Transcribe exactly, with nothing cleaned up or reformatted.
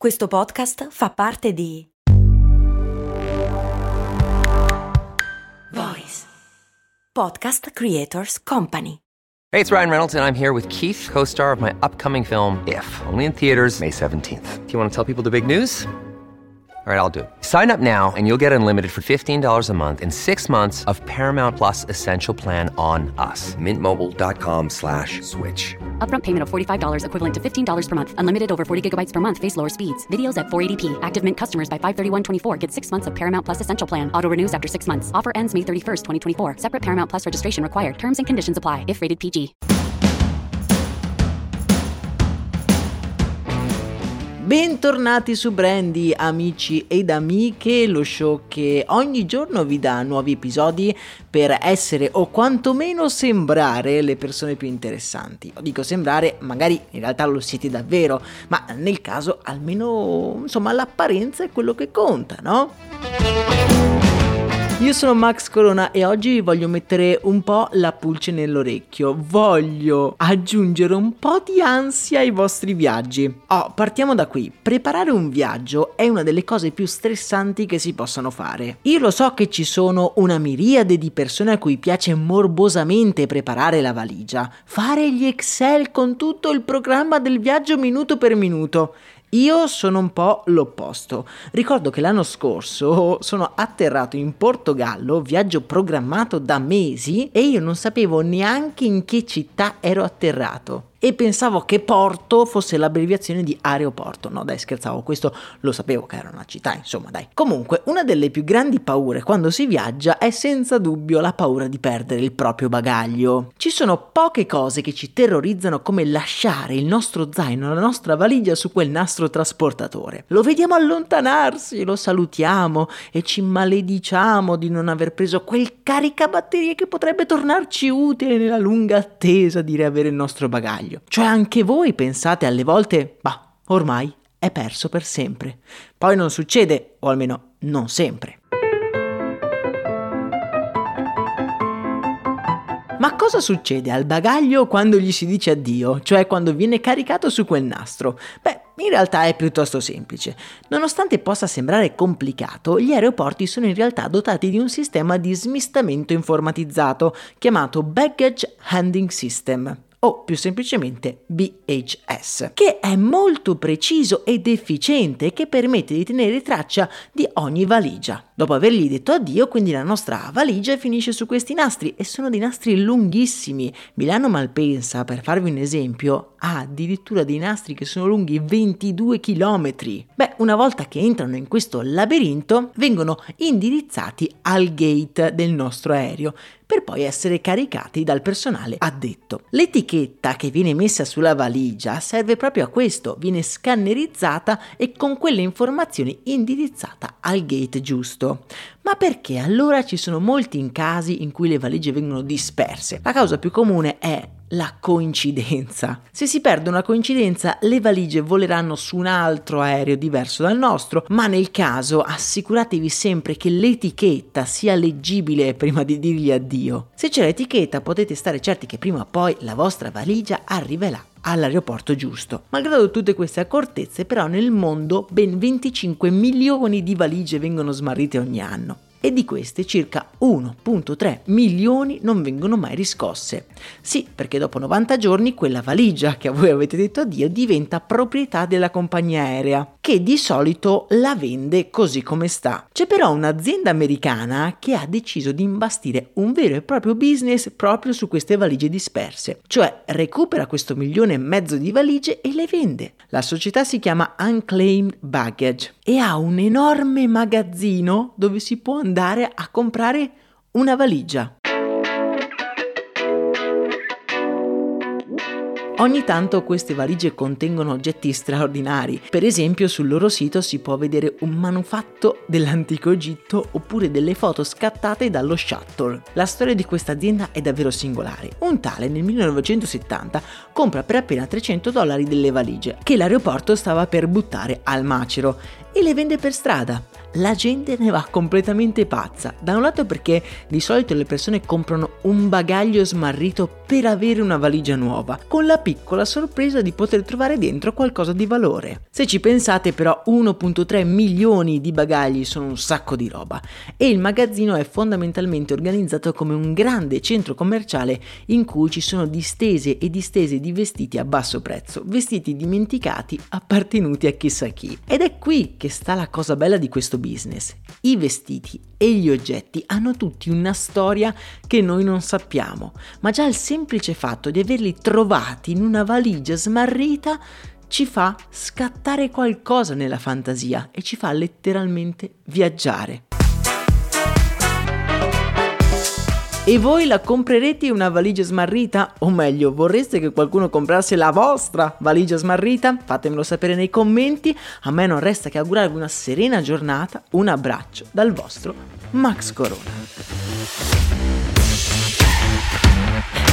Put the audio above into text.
Questo podcast fa parte di Voice Podcast Creators Company. Hey, it's Ryan Reynolds, and I'm here with Keith, co-star of my upcoming film, If, only in theaters May seventeenth. Do you want to tell people the big news? All right, I'll do it. Sign up now and you'll get unlimited for fifteen dollars a month and six months of Paramount Plus Essential Plan on us. Mint Mobile dot com slash switch. Upfront payment of forty-five dollars equivalent to fifteen dollars per month. Unlimited over forty gigabytes per month. Face lower speeds. Videos at four eighty p. Active Mint customers by five thirty-one twenty-four get six months of Paramount Plus Essential Plan. Auto renews after six months. Offer ends May thirty-first, twenty twenty-four. Separate Paramount Plus registration required. Terms and conditions apply if rated P G. Bentornati su Brandy, amici ed amiche, lo show che ogni giorno vi dà nuovi episodi per essere o quantomeno sembrare le persone più interessanti. Io dico sembrare, magari in realtà lo siete davvero, ma nel caso almeno, insomma, l'apparenza è quello che conta, no? Io sono Max Corona e oggi vi voglio mettere un po' la pulce nell'orecchio. Voglio aggiungere un po' di ansia ai vostri viaggi. Oh, partiamo da qui. Preparare un viaggio è una delle cose più stressanti che si possano fare. Io lo so che ci sono una miriade di persone a cui piace morbosamente preparare la valigia, fare gli Excel con tutto il programma del viaggio minuto per minuto. Io sono un po' l'opposto. Ricordo che l'anno scorso sono atterrato in Portogallo, viaggio programmato da mesi, e io non sapevo neanche in che città ero atterrato. E pensavo che Porto fosse l'abbreviazione di aeroporto. No dai, scherzavo, questo lo sapevo che era una città, insomma dai. Comunque, una delle più grandi paure quando si viaggia è senza dubbio la paura di perdere il proprio bagaglio. Ci sono poche cose che ci terrorizzano come lasciare il nostro zaino, la nostra valigia su quel nastro trasportatore. Lo vediamo allontanarsi, lo salutiamo e ci malediciamo di non aver preso quel caricabatterie che potrebbe tornarci utile nella lunga attesa di riavere il nostro bagaglio. Cioè anche voi pensate alle volte, bah, ormai è perso per sempre. Poi non succede, o almeno non sempre. Ma cosa succede al bagaglio quando gli si dice addio, cioè quando viene caricato su quel nastro? Beh, in realtà è piuttosto semplice. Nonostante possa sembrare complicato, gli aeroporti sono in realtà dotati di un sistema di smistamento informatizzato chiamato Baggage Handling System, o più semplicemente B H S, che è molto preciso ed efficiente e che permette di tenere traccia di ogni valigia. Dopo avergli detto addio, quindi la nostra valigia finisce su questi nastri, e sono dei nastri lunghissimi. Milano Malpensa, per farvi un esempio, ha addirittura dei nastri che sono lunghi ventidue chilometri. Beh, una volta che entrano in questo labirinto, vengono indirizzati al gate del nostro aereo, per poi essere caricati dal personale addetto. L'etichetta che viene messa sulla valigia serve proprio a questo, viene scannerizzata e con quelle informazioni indirizzata al gate giusto. Ma perché allora ci sono molti casi in cui le valigie vengono disperse? La causa più comune è la coincidenza. Se si perde una coincidenza, le valigie voleranno su un altro aereo diverso dal nostro, ma nel caso assicuratevi sempre che l'etichetta sia leggibile prima di dirgli addio. Se c'è l'etichetta, potete stare certi che prima o poi la vostra valigia arriverà all'aeroporto giusto. Malgrado tutte queste accortezze, però, nel mondo ben venticinque milioni di valigie vengono smarrite ogni anno, e di queste circa uno virgola tre milioni non vengono mai riscosse. Sì, perché dopo novanta giorni quella valigia che a voi avete detto addio diventa proprietà della compagnia aerea, che di solito la vende così come sta. C'è però un'azienda americana che ha deciso di imbastire un vero e proprio business proprio su queste valigie disperse, cioè recupera questo milione e mezzo di valigie e le vende. La società si chiama Unclaimed Baggage e ha un enorme magazzino dove si può andare a comprare una valigia. Ogni tanto queste valigie contengono oggetti straordinari. Per esempio, sul loro sito si può vedere un manufatto dell'antico Egitto oppure delle foto scattate dallo shuttle. La storia di questa azienda è davvero singolare. Un tale nel millenovecentosettanta compra per appena trecento dollari delle valigie che l'aeroporto stava per buttare al macero, e e le vende per strada. La gente ne va completamente pazza, da un lato perché di solito le persone comprano un bagaglio smarrito per avere una valigia nuova, con la piccola sorpresa di poter trovare dentro qualcosa di valore. Se ci pensate però, uno virgola tre milioni di bagagli sono un sacco di roba e il magazzino è fondamentalmente organizzato come un grande centro commerciale in cui ci sono distese e distese di vestiti a basso prezzo, vestiti dimenticati appartenuti a chissà chi. Ed è qui che sta la cosa bella di questo business. I vestiti e gli oggetti hanno tutti una storia che noi non sappiamo, ma già il semplice fatto di averli trovati in una valigia smarrita ci fa scattare qualcosa nella fantasia e ci fa letteralmente viaggiare. E voi la comprerete una valigia smarrita? O meglio, vorreste che qualcuno comprasse la vostra valigia smarrita? Fatemelo sapere nei commenti. A me non resta che augurarvi una serena giornata. Un abbraccio dal vostro Max Corona.